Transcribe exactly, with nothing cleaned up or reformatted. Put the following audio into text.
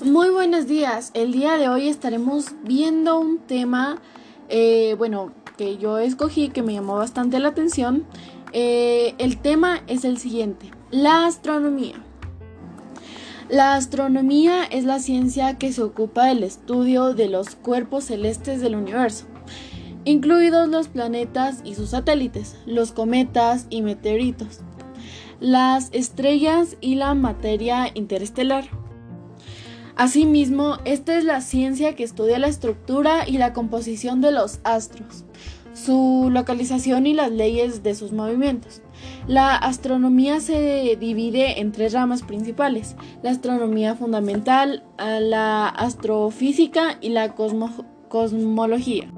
Muy buenos días. El día de hoy estaremos viendo un tema, eh, bueno, que yo escogí, que me llamó bastante la atención. Eh, el tema es el siguiente: la astronomía. La astronomía es la ciencia que se ocupa del estudio de los cuerpos celestes del universo, incluidos los planetas y sus satélites, los cometas y meteoritos, las estrellas y la materia interestelar. Asimismo, esta es la ciencia que estudia la estructura y la composición de los astros, su localización y las leyes de sus movimientos. La astronomía se divide en tres ramas principales: la astronomía fundamental, la astrofísica y la cosmo- cosmología.